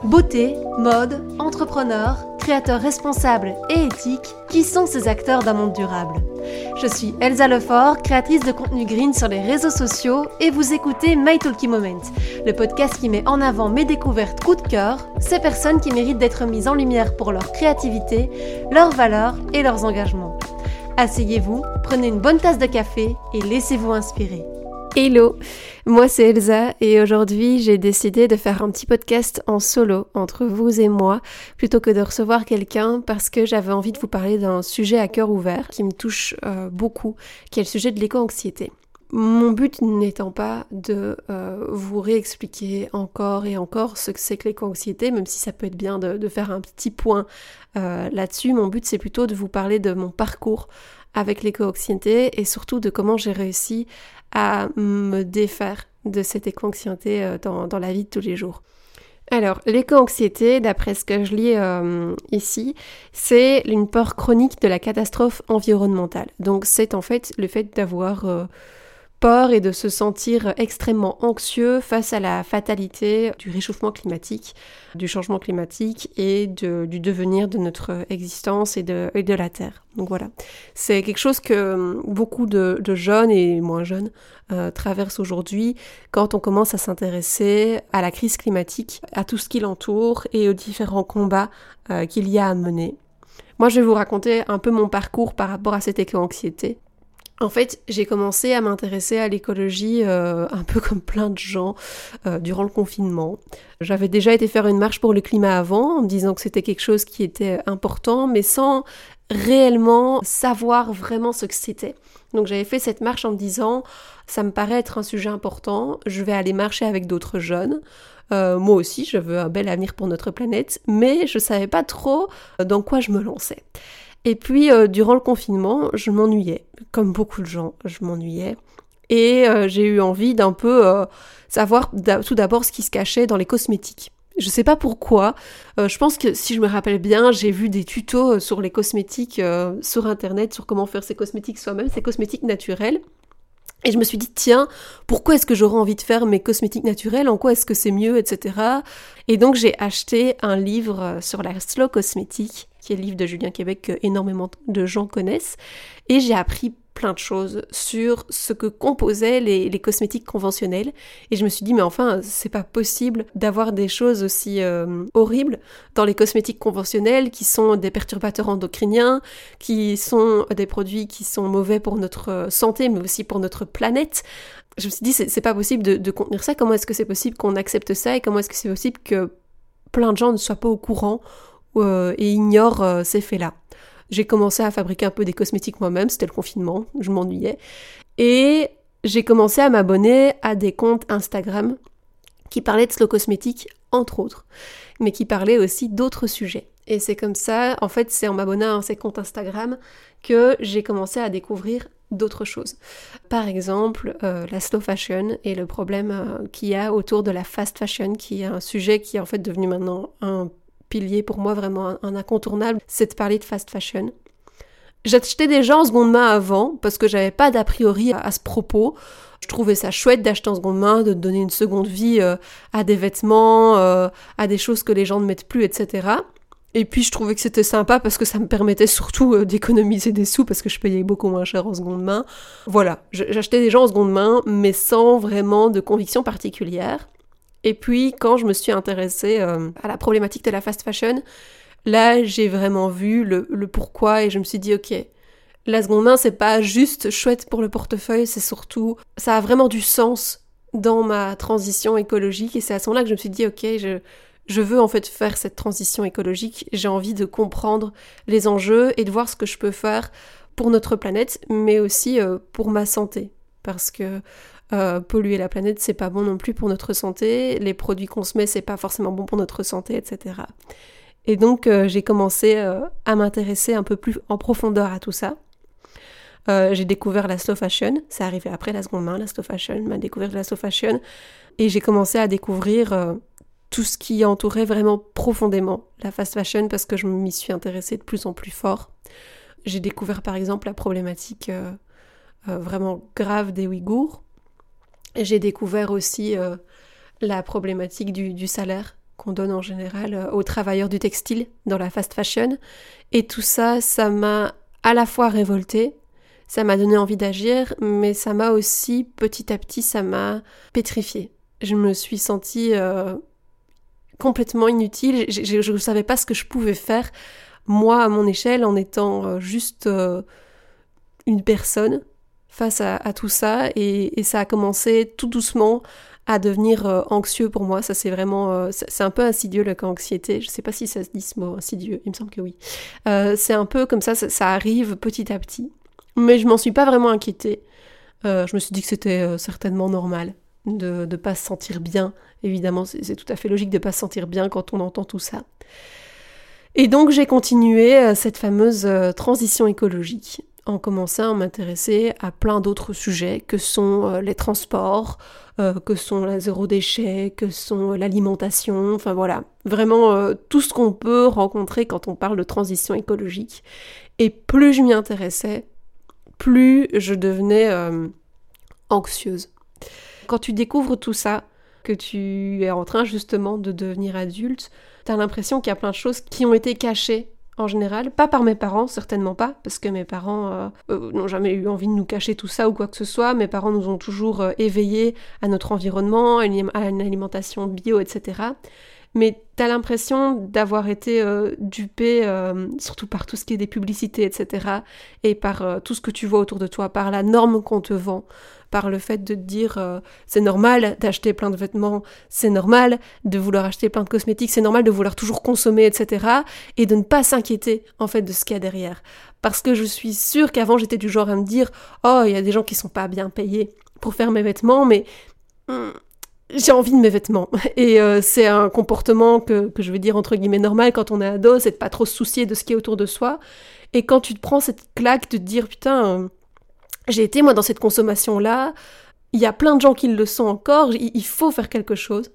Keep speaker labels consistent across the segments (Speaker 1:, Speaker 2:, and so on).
Speaker 1: Beauté, mode, entrepreneurs, créateurs responsables et éthiques, qui sont ces acteurs d'un monde durable? Je suis Elsa Lefort, créatrice de contenu green sur les réseaux sociaux et vous écoutez My Talkie Moment, le podcast qui met en avant mes découvertes coup de cœur, ces personnes qui méritent d'être mises en lumière pour leur créativité, leurs valeurs et leurs engagements. Asseyez-vous, prenez une bonne tasse de café et laissez-vous inspirer. Hello, moi c'est Elsa et aujourd'hui j'ai décidé de faire un petit podcast en solo entre vous et moi plutôt que de recevoir quelqu'un parce que j'avais envie de vous parler d'un sujet à cœur ouvert qui me touche beaucoup, qui est le sujet de l'éco-anxiété. Mon but n'étant pas de vous réexpliquer encore et encore ce que c'est que l'éco-anxiété, même si ça peut être bien de faire un petit point là-dessus, mon but c'est plutôt de vous parler de mon parcours avec l'éco-anxiété et surtout de comment j'ai réussi à me défaire de cette éco-anxiété dans la vie de tous les jours. Alors, l'éco-anxiété, d'après ce que je lis ici, c'est une peur chronique de la catastrophe environnementale. Donc c'est en fait le fait d'avoir peur et de se sentir extrêmement anxieux face à la fatalité du réchauffement climatique, du changement climatique et du devenir de notre existence et de la Terre. Donc voilà, c'est quelque chose que beaucoup de jeunes et moins jeunes traversent aujourd'hui quand on commence à s'intéresser à la crise climatique, à tout ce qui l'entoure et aux différents combats qu'il y a à mener. Moi, je vais vous raconter un peu mon parcours par rapport à cette éco-anxiété. En fait, j'ai commencé à m'intéresser à l'écologie un peu comme plein de gens durant le confinement. J'avais déjà été faire une marche pour le climat avant, en me disant que c'était quelque chose qui était important, mais sans réellement savoir vraiment ce que c'était. Donc j'avais fait cette marche en me disant, ça me paraît être un sujet important, je vais aller marcher avec d'autres jeunes. Moi aussi, je veux un bel avenir pour notre planète, mais je savais pas trop dans quoi je me lançais. Et puis, durant le confinement, je m'ennuyais. Comme beaucoup de gens, je m'ennuyais. Et j'ai eu envie d'un peu savoir tout d'abord ce qui se cachait dans les cosmétiques. Je sais pas pourquoi. Je pense que, si je me rappelle bien, j'ai vu des tutos sur les cosmétiques sur Internet, sur comment faire ces cosmétiques soi-même, ces cosmétiques naturels. Et je me suis dit, tiens, pourquoi est-ce que j'aurais envie de faire mes cosmétiques naturels? En quoi est-ce que c'est mieux, etc. Et donc, j'ai acheté un livre sur la slow cosmétique, qui est le livre de Julien Québec que énormément de gens connaissent. Et j'ai appris plein de choses sur ce que composaient les cosmétiques conventionnels. Et je me suis dit, mais enfin, c'est pas possible d'avoir des choses aussi horribles dans les cosmétiques conventionnels qui sont des perturbateurs endocriniens, qui sont des produits qui sont mauvais pour notre santé, mais aussi pour notre planète. Je me suis dit, c'est pas possible de contenir ça. Comment est-ce que c'est possible qu'on accepte ça et comment est-ce que c'est possible que plein de gens ne soient pas au courant et ignorent ces faits-là. J'ai commencé à fabriquer un peu des cosmétiques moi-même, c'était le confinement, je m'ennuyais. Et j'ai commencé à m'abonner à des comptes Instagram qui parlaient de slow cosmétique, entre autres, mais qui parlaient aussi d'autres sujets. Et c'est comme ça, en fait, c'est en m'abonnant à ces comptes Instagram que j'ai commencé à découvrir d'autres choses. Par exemple, la slow fashion et le problème qu'il y a autour de la fast fashion, qui est un sujet qui est en fait devenu maintenant un pilier pour moi, vraiment un incontournable, c'est de parler de fast fashion. J'achetais déjà en seconde main avant, parce que j'avais pas d'a priori à ce propos. Je trouvais ça chouette d'acheter en seconde main, de donner une seconde vie à des vêtements, à des choses que les gens ne mettent plus, etc. Et puis je trouvais que c'était sympa parce que ça me permettait surtout d'économiser des sous parce que je payais beaucoup moins cher en seconde main. Voilà, j'achetais déjà en seconde main, mais sans vraiment de conviction particulière. Et puis, quand je me suis intéressée à la problématique de la fast fashion, là, j'ai vraiment vu le pourquoi et je me suis dit, ok, la seconde main, c'est pas juste chouette pour le portefeuille, c'est surtout, ça a vraiment du sens dans ma transition écologique et c'est à ce moment-là que je me suis dit, ok, je veux en fait faire cette transition écologique, j'ai envie de comprendre les enjeux et de voir ce que je peux faire pour notre planète, mais aussi pour ma santé, parce que polluer la planète, c'est pas bon non plus pour notre santé, les produits qu'on se met, c'est pas forcément bon pour notre santé, etc. Et donc, j'ai commencé à m'intéresser un peu plus en profondeur à tout ça. J'ai découvert la slow fashion, c'est arrivé après la seconde main, la slow fashion, m'a découvert la slow fashion, et j'ai commencé à découvrir tout ce qui entourait vraiment profondément la fast fashion parce que je m'y suis intéressée de plus en plus fort. J'ai découvert par exemple la problématique vraiment grave des Ouïghours. J'ai découvert aussi la problématique du salaire qu'on donne en général aux travailleurs du textile dans la fast fashion. Et tout ça, ça m'a à la fois révoltée, ça m'a donné envie d'agir, mais ça m'a aussi, petit à petit, ça m'a pétrifiée. Je me suis sentie complètement inutile, je ne savais pas ce que je pouvais faire, moi, à mon échelle, en étant juste une personne face à tout ça, et ça a commencé tout doucement à devenir anxieux pour moi. Ça, c'est vraiment... c'est un peu insidieux, le cas anxiété. Je sais pas si ça se dit ce mot, insidieux. Il me semble que oui. C'est un peu comme ça arrive petit à petit. Mais je m'en suis pas vraiment inquiétée. Je me suis dit que c'était certainement normal de pas se sentir bien. Évidemment, c'est tout à fait logique de pas se sentir bien quand on entend tout ça. Et donc, j'ai continué cette fameuse transition écologique en commençant à m'intéresser à plein d'autres sujets que sont les transports, que sont le zéro déchet, que sont l'alimentation, enfin voilà, vraiment tout ce qu'on peut rencontrer quand on parle de transition écologique. Et plus je m'y intéressais, plus je devenais anxieuse. Quand tu découvres tout ça, que tu es en train justement de devenir adulte, t'as l'impression qu'il y a plein de choses qui ont été cachées en général, pas par mes parents, certainement pas, parce que mes parents n'ont jamais eu envie de nous cacher tout ça ou quoi que ce soit. Mes parents nous ont toujours éveillés à notre environnement, à une alimentation bio, etc. Mais t'as l'impression d'avoir été dupé, surtout par tout ce qui est des publicités, etc. Et par tout ce que tu vois autour de toi, par la norme qu'on te vend, par le fait de te dire c'est normal d'acheter plein de vêtements, c'est normal de vouloir acheter plein de cosmétiques, c'est normal de vouloir toujours consommer, etc. Et de ne pas s'inquiéter en fait de ce qu'il y a derrière. Parce que je suis sûre qu'avant j'étais du genre à me dire oh il y a des gens qui sont pas bien payés pour faire mes vêtements, mais j'ai envie de mes vêtements. Et c'est un comportement que je veux dire entre guillemets normal quand on est ado, c'est de pas trop se soucier de ce qui est autour de soi. Et quand tu te prends cette claque de te dire putain, j'ai été moi dans cette consommation-là, il y a plein de gens qui le sont encore, il faut faire quelque chose.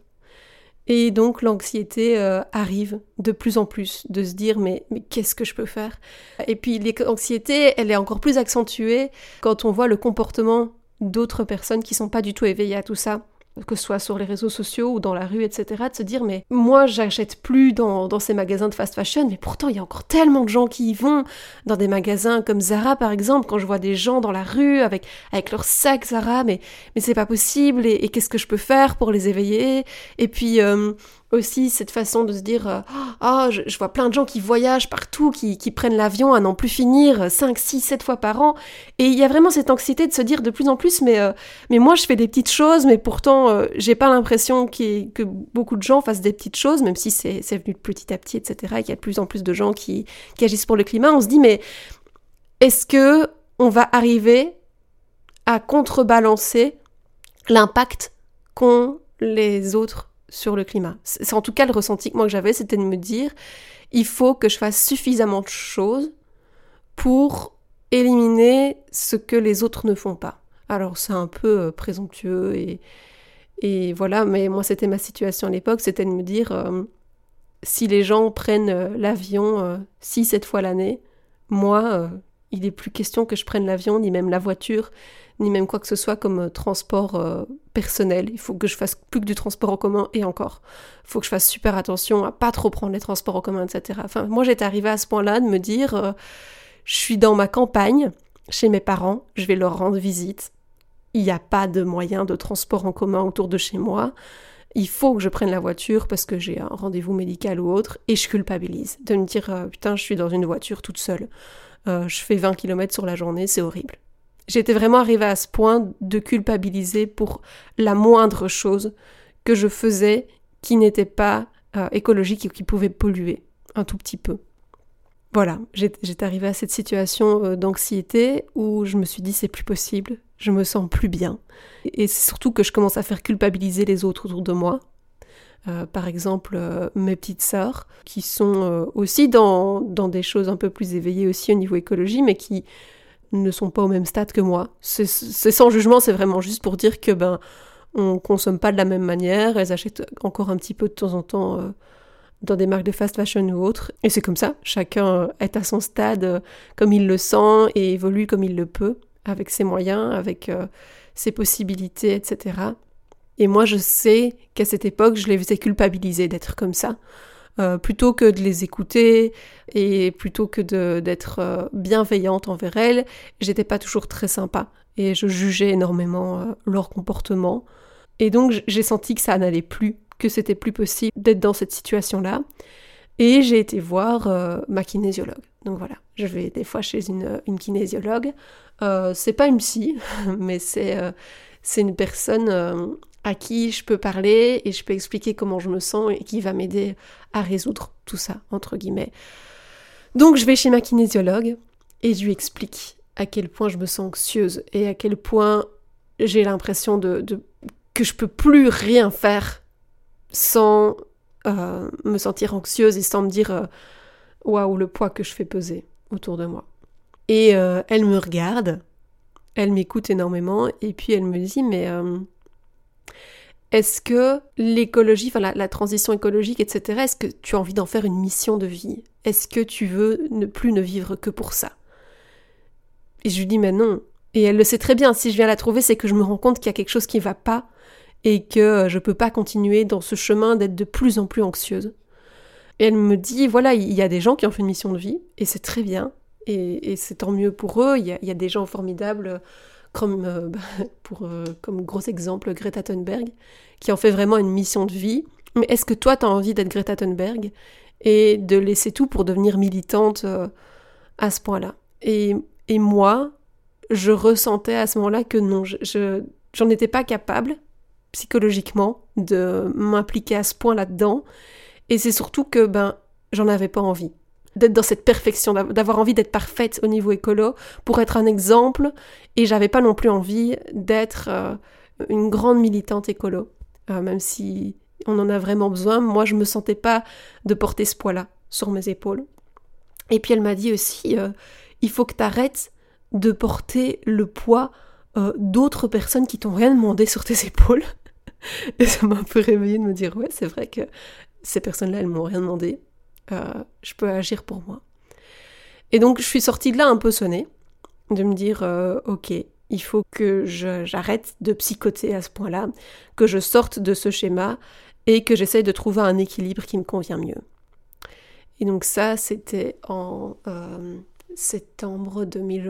Speaker 1: Et donc l'anxiété arrive de plus en plus, de se dire mais qu'est-ce que je peux faire ? Et puis l'anxiété, elle est encore plus accentuée quand on voit le comportement d'autres personnes qui sont pas du tout éveillées à tout ça, que ce soit sur les réseaux sociaux ou dans la rue, etc., de se dire mais moi j'achète plus dans ces magasins de fast fashion, mais pourtant il y a encore tellement de gens qui y vont, dans des magasins comme Zara par exemple, quand je vois des gens dans la rue avec leurs sacs Zara, mais c'est pas possible, et qu'est-ce que je peux faire pour les éveiller ? Et puis aussi cette façon de se dire je vois plein de gens qui voyagent partout, qui prennent l'avion à n'en plus finir 5, 6, 7 fois par an, et il y a vraiment cette anxiété de se dire de plus en plus mais moi je fais des petites choses, mais pourtant j'ai pas l'impression que beaucoup de gens fassent des petites choses, même si c'est venu de petit à petit, etc., et qu'il y a de plus en plus de gens qui agissent pour le climat. On se dit mais est-ce que on va arriver à contrebalancer l'impact qu'ont les autres sur le climat ? C'est en tout cas le ressenti que moi que j'avais, c'était de me dire il faut que je fasse suffisamment de choses pour éliminer ce que les autres ne font pas. Alors c'est un peu présomptueux et voilà, mais moi c'était ma situation à l'époque, c'était de me dire si les gens prennent l'avion 6-7 fois l'année, moi il n'est plus question que je prenne l'avion, ni même la voiture, ni même quoi que ce soit comme transport personnel. Il faut que je fasse plus que du transport en commun, et encore. Il faut que je fasse super attention à pas trop prendre les transports en commun, etc. Enfin, moi j'étais arrivée à ce point-là de me dire je suis dans ma campagne, chez mes parents, je vais leur rendre visite. Il n'y a pas de moyen de transport en commun autour de chez moi. Il faut que je prenne la voiture parce que j'ai un rendez-vous médical ou autre, et je culpabilise. De me dire putain, je suis dans une voiture toute seule. Je fais 20 km sur la journée, c'est horrible. J'étais vraiment arrivée à ce point de culpabiliser pour la moindre chose que je faisais qui n'était pas écologique et qui pouvait polluer un tout petit peu. Voilà, j'étais arrivée à cette situation d'anxiété où je me suis dit c'est plus possible, je me sens plus bien. Et c'est surtout que je commence à faire culpabiliser les autres autour de moi. Par exemple, mes petites sœurs, qui sont aussi dans des choses un peu plus éveillées aussi au niveau écologie, mais qui ne sont pas au même stade que moi. C'est sans jugement, c'est vraiment juste pour dire que on consomme pas de la même manière, elles achètent encore un petit peu de temps en temps dans des marques de fast fashion ou autres, et c'est comme ça, chacun est à son stade comme il le sent et évolue comme il le peut, avec ses moyens, avec ses possibilités, etc. Et moi, je sais qu'à cette époque, je les faisais culpabiliser d'être comme ça. Plutôt que de les écouter et plutôt que d'être bienveillante envers elles, j'étais pas toujours très sympa et je jugeais énormément leur comportement. Et donc j'ai senti que ça n'allait plus, que c'était plus possible d'être dans cette situation-là. Et j'ai été voir ma kinésiologue. Donc voilà, je vais des fois chez une kinésiologue. C'est pas une psy, mais c'est une personne à qui je peux parler et je peux expliquer comment je me sens et qui va m'aider à résoudre tout ça, entre guillemets. Donc je vais chez ma kinésiologue et je lui explique à quel point je me sens anxieuse et à quel point j'ai l'impression que je peux plus rien faire sans me sentir anxieuse et sans me dire waouh, le poids que je fais peser autour de moi. Et elle me regarde, elle m'écoute énormément et puis elle me dit mais est-ce que l'écologie, enfin la transition écologique, etc., est-ce que tu as envie d'en faire une mission de vie? Est-ce que tu veux ne vivre que pour ça? Et je lui dis mais non. Et elle le sait très bien, si je viens la trouver, c'est que je me rends compte qu'il y a quelque chose qui ne va pas et que je ne peux pas continuer dans ce chemin d'être de plus en plus anxieuse. Et elle me dit, voilà, il y a des gens qui ont fait une mission de vie, et c'est très bien, et c'est tant mieux pour eux, il y a des gens formidables, comme gros exemple Greta Thunberg, qui ont fait vraiment une mission de vie. Mais est-ce que toi, tu as envie d'être Greta Thunberg et de laisser tout pour devenir militante à ce point-là? Et moi, je ressentais à ce moment-là que non, j'en étais pas capable, psychologiquement, de m'impliquer à ce point là-dedans. Et c'est surtout que j'en avais pas envie d'être dans cette perfection, d'avoir envie d'être parfaite au niveau écolo pour être un exemple, et j'avais pas non plus envie d'être une grande militante écolo, même si on en a vraiment besoin. Moi, je me sentais pas de porter ce poids-là sur mes épaules. Et puis elle m'a dit aussi, il faut que t'arrêtes de porter le poids d'autres personnes qui t'ont rien demandé sur tes épaules. Et ça m'a un peu réveillée de me dire, ouais, c'est vrai que ces personnes-là, elles m'ont rien demandé. Je peux agir pour moi. Et donc, je suis sortie de là un peu sonnée, de me dire, ok, il faut que j'arrête de psychoter à ce point-là, que je sorte de ce schéma et que j'essaye de trouver un équilibre qui me convient mieux. Et donc ça, c'était en septembre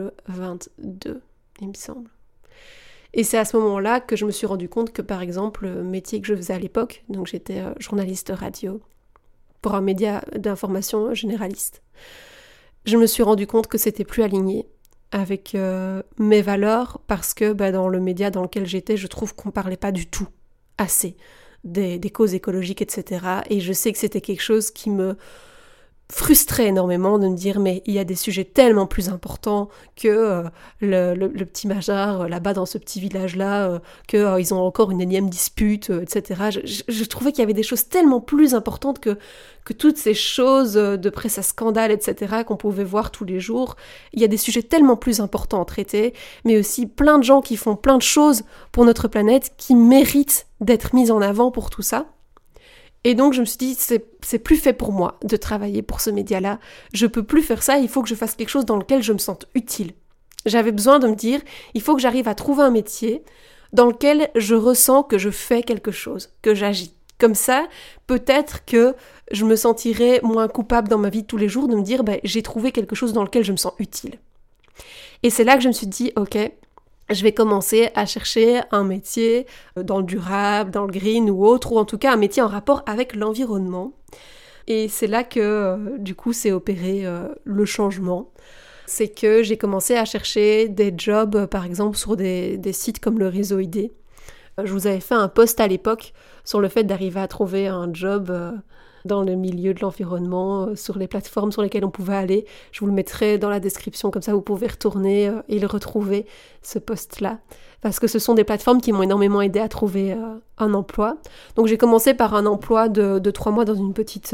Speaker 1: 2022, il me semble. Et c'est à ce moment-là que je me suis rendu compte que, par exemple, le métier que je faisais à l'époque, donc j'étais journaliste radio pour un média d'information généraliste, je me suis rendu compte que c'était plus aligné avec mes valeurs, parce que dans le média dans lequel j'étais, je trouve qu'on parlait pas du tout assez des causes écologiques, etc. Et je sais que c'était quelque chose qui me frustrait énormément, de me dire mais il y a des sujets tellement plus importants que le petit Majar là-bas dans ce petit village-là, qu'ils ont encore une énième dispute, etc. Je trouvais qu'il y avait des choses tellement plus importantes que toutes ces choses de presse à scandale, etc. qu'on pouvait voir tous les jours. Il y a des sujets tellement plus importants à traiter, mais aussi plein de gens qui font plein de choses pour notre planète qui méritent d'être mis en avant pour tout ça. Et donc je me suis dit, c'est plus fait pour moi de travailler pour ce média-là. Je peux plus faire ça, il faut que je fasse quelque chose dans lequel je me sente utile. J'avais besoin de me dire, il faut que j'arrive à trouver un métier dans lequel je ressens que je fais quelque chose, que j'agis. Comme ça, peut-être que je me sentirais moins coupable dans ma vie de tous les jours de me dire, j'ai trouvé quelque chose dans lequel je me sens utile. Et c'est là que je me suis dit, ok, je vais commencer à chercher un métier dans le durable, dans le green ou autre, ou en tout cas un métier en rapport avec l'environnement. Et c'est là que, du coup, s'est opéré le changement. C'est que j'ai commencé à chercher des jobs, par exemple, sur des sites comme le Réseau ID. Je vous avais fait un post à l'époque sur le fait d'arriver à trouver un job dans le milieu de l'environnement, sur les plateformes sur lesquelles on pouvait aller. Je vous le mettrai dans la description, comme ça vous pouvez retourner et le retrouver, ce post-là. Parce que ce sont des plateformes qui m'ont énormément aidé à trouver un emploi. Donc j'ai commencé par un emploi de 3 mois dans une petite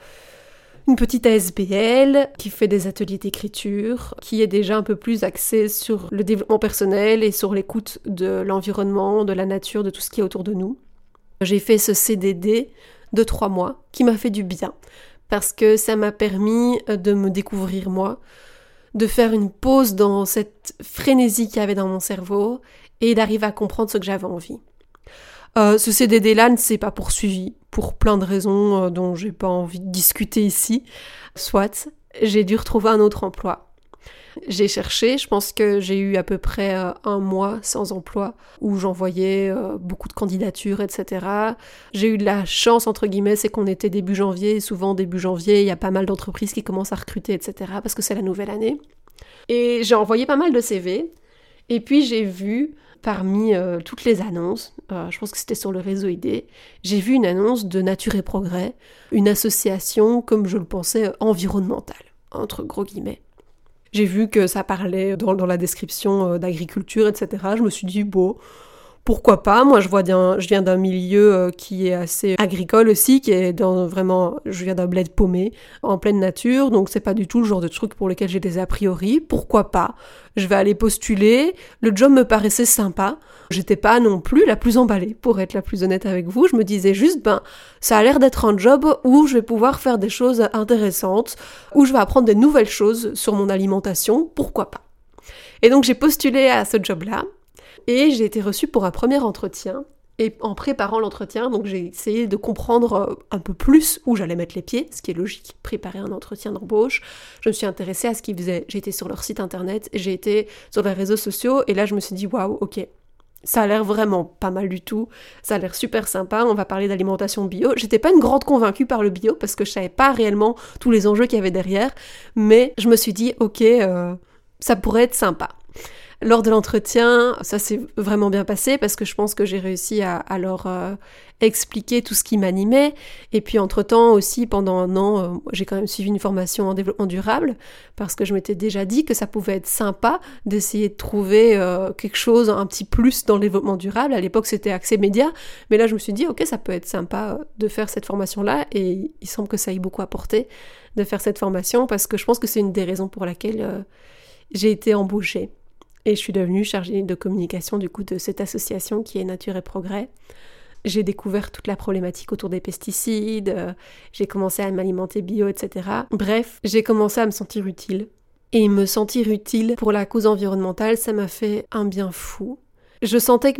Speaker 1: ASBL qui fait des ateliers d'écriture, qui est déjà un peu plus axée sur le développement personnel et sur l'écoute de l'environnement, de la nature, de tout ce qui est autour de nous. J'ai fait ce CDD de 3 mois, qui m'a fait du bien, parce que ça m'a permis de me découvrir moi, de faire une pause dans cette frénésie qu'il y avait dans mon cerveau, et d'arriver à comprendre ce que j'avais envie. Ce CDD-là ne s'est pas poursuivi pour plein de raisons dont j'ai pas envie de discuter ici. Soit, j'ai dû retrouver un autre emploi. J'ai cherché, je pense que j'ai eu à peu près 1 mois sans emploi où j'envoyais beaucoup de candidatures, etc. J'ai eu de la chance, entre guillemets, c'est qu'on était début janvier, et souvent début janvier, il y a pas mal d'entreprises qui commencent à recruter, etc. parce que c'est la nouvelle année. Et j'ai envoyé pas mal de CV, et puis j'ai vu, parmi toutes les annonces, je pense que c'était sur le réseau ID, j'ai vu une annonce de Nature et Progrès, une association, comme je le pensais, environnementale, entre gros guillemets. J'ai vu que ça parlait dans la description d'agriculture, etc. Je me suis dit, bon, pourquoi pas ? Moi, je viens d'un milieu qui est assez agricole aussi, qui est je viens d'un bled paumé, en pleine nature, donc c'est pas du tout le genre de truc pour lequel j'ai des a priori. Pourquoi pas ? Je vais aller postuler. Le job me paraissait sympa. J'étais pas non plus la plus emballée, pour être la plus honnête avec vous. Je me disais juste, ça a l'air d'être un job où je vais pouvoir faire des choses intéressantes, où je vais apprendre des nouvelles choses sur mon alimentation. Pourquoi pas ? Et donc j'ai postulé à ce job-là. Et j'ai été reçue pour un premier entretien. Et en préparant l'entretien, donc j'ai essayé de comprendre un peu plus où j'allais mettre les pieds, ce qui est logique, préparer un entretien d'embauche. Je me suis intéressée à ce qu'ils faisaient. J'ai été sur leur site internet, j'ai été sur les réseaux sociaux, et là je me suis dit, waouh, ok, ça a l'air vraiment pas mal du tout, ça a l'air super sympa, on va parler d'alimentation bio. J'étais pas une grande convaincue par le bio, parce que je savais pas réellement tous les enjeux qu'il y avait derrière, mais je me suis dit, ok, ça pourrait être sympa. Lors de l'entretien, ça s'est vraiment bien passé parce que je pense que j'ai réussi à leur expliquer tout ce qui m'animait. Et puis entre-temps aussi, pendant 1 an, j'ai quand même suivi une formation en développement durable parce que je m'étais déjà dit que ça pouvait être sympa d'essayer de trouver quelque chose, un petit plus dans le développement durable. À l'époque, c'était axé média, mais là, je me suis dit, ok, ça peut être sympa de faire cette formation-là et il semble que ça ait beaucoup apporté de faire cette formation parce que je pense que c'est une des raisons pour laquelle j'ai été embauchée. Et je suis devenue chargée de communication du coup de cette association qui est Nature et Progrès. J'ai découvert toute la problématique autour des pesticides, j'ai commencé à m'alimenter bio, etc. Bref, j'ai commencé à me sentir utile. Et me sentir utile pour la cause environnementale, ça m'a fait un bien fou. Je sentais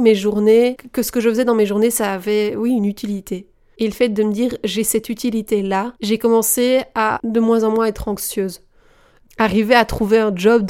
Speaker 1: que ce que je faisais dans mes journées, ça avait, oui, une utilité. Et le fait de me dire, j'ai cette utilité-là, j'ai commencé à de moins en moins être anxieuse. Arriver à trouver un job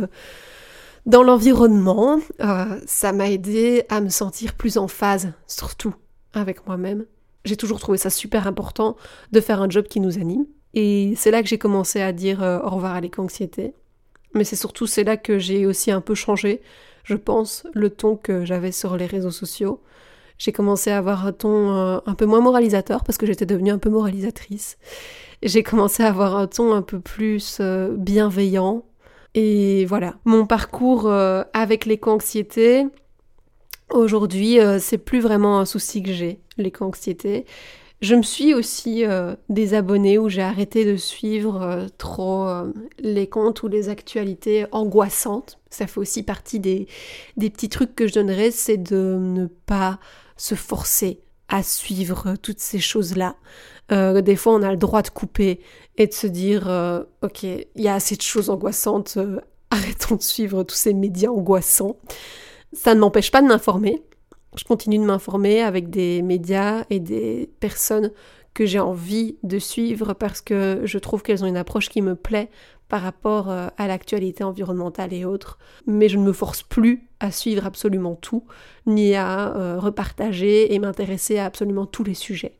Speaker 1: dans l'environnement, ça m'a aidé à me sentir plus en phase, surtout avec moi-même. J'ai toujours trouvé ça super important de faire un job qui nous anime. Et c'est là que j'ai commencé à dire au revoir à l'éco-anxiété. Mais c'est là que j'ai aussi un peu changé, je pense, le ton que j'avais sur les réseaux sociaux. J'ai commencé à avoir un ton un peu moins moralisateur parce que j'étais devenue un peu moralisatrice. J'ai commencé à avoir un ton un peu plus bienveillant. Et voilà, mon parcours avec l'éco-anxiété, aujourd'hui, c'est plus vraiment un souci que j'ai, l'éco-anxiété. Je me suis aussi désabonnée où j'ai arrêté de suivre trop les comptes ou les actualités angoissantes. Ça fait aussi partie des petits trucs que je donnerais, c'est de ne pas se forcer à suivre toutes ces choses-là. Des fois, on a le droit de couper et de se dire ok, il y a assez de choses angoissantes, arrêtons de suivre tous ces médias angoissants. Ça ne m'empêche pas de m'informer. Je continue de m'informer avec des médias et des personnes que j'ai envie de suivre parce que je trouve qu'elles ont une approche qui me plaît par rapport à l'actualité environnementale et autres. Mais je ne me force plus à suivre absolument tout, ni à repartager et m'intéresser à absolument tous les sujets.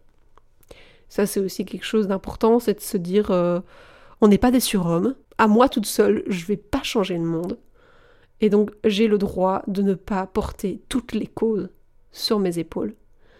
Speaker 1: Ça, c'est aussi quelque chose d'important, c'est de se dire on n'est pas des surhommes. À moi toute seule, je vais pas changer le monde. Et donc, j'ai le droit de ne pas porter toutes les causes sur mes épaules.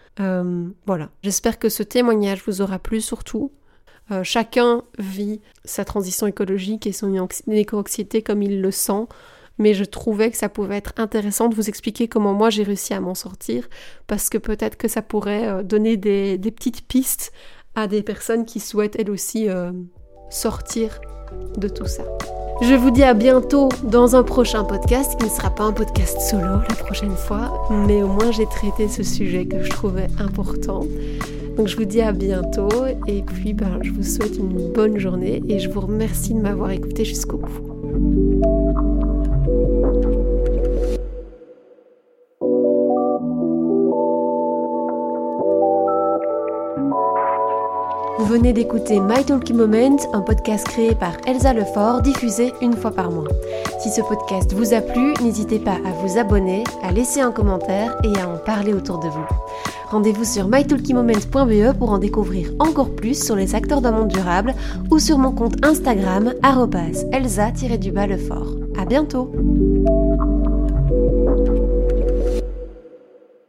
Speaker 1: Voilà. J'espère que ce témoignage vous aura plu surtout. Chacun vit sa transition écologique et son éco-anxiété comme il le sent. Mais je trouvais que ça pouvait être intéressant de vous expliquer comment moi j'ai réussi à m'en sortir. Parce que peut-être que ça pourrait donner des petites pistes à des personnes qui souhaitent elles aussi sortir de tout ça. Je vous dis à bientôt dans un prochain podcast qui ne sera pas un podcast solo la prochaine fois, mais au moins j'ai traité ce sujet que je trouvais important. Donc je vous dis à bientôt et puis je vous souhaite une bonne journée et je vous remercie de m'avoir écouté jusqu'au bout. Vous venez d'écouter My Talky Moment, un podcast créé par Elsa Lefort, diffusé une fois par mois. Si ce podcast vous a plu, n'hésitez pas à vous abonner, à laisser un commentaire et à en parler autour de vous. Rendez-vous sur mytalkymoment.be pour en découvrir encore plus sur les acteurs d'un monde durable ou sur mon compte Instagram @elsa-lefort. À bientôt!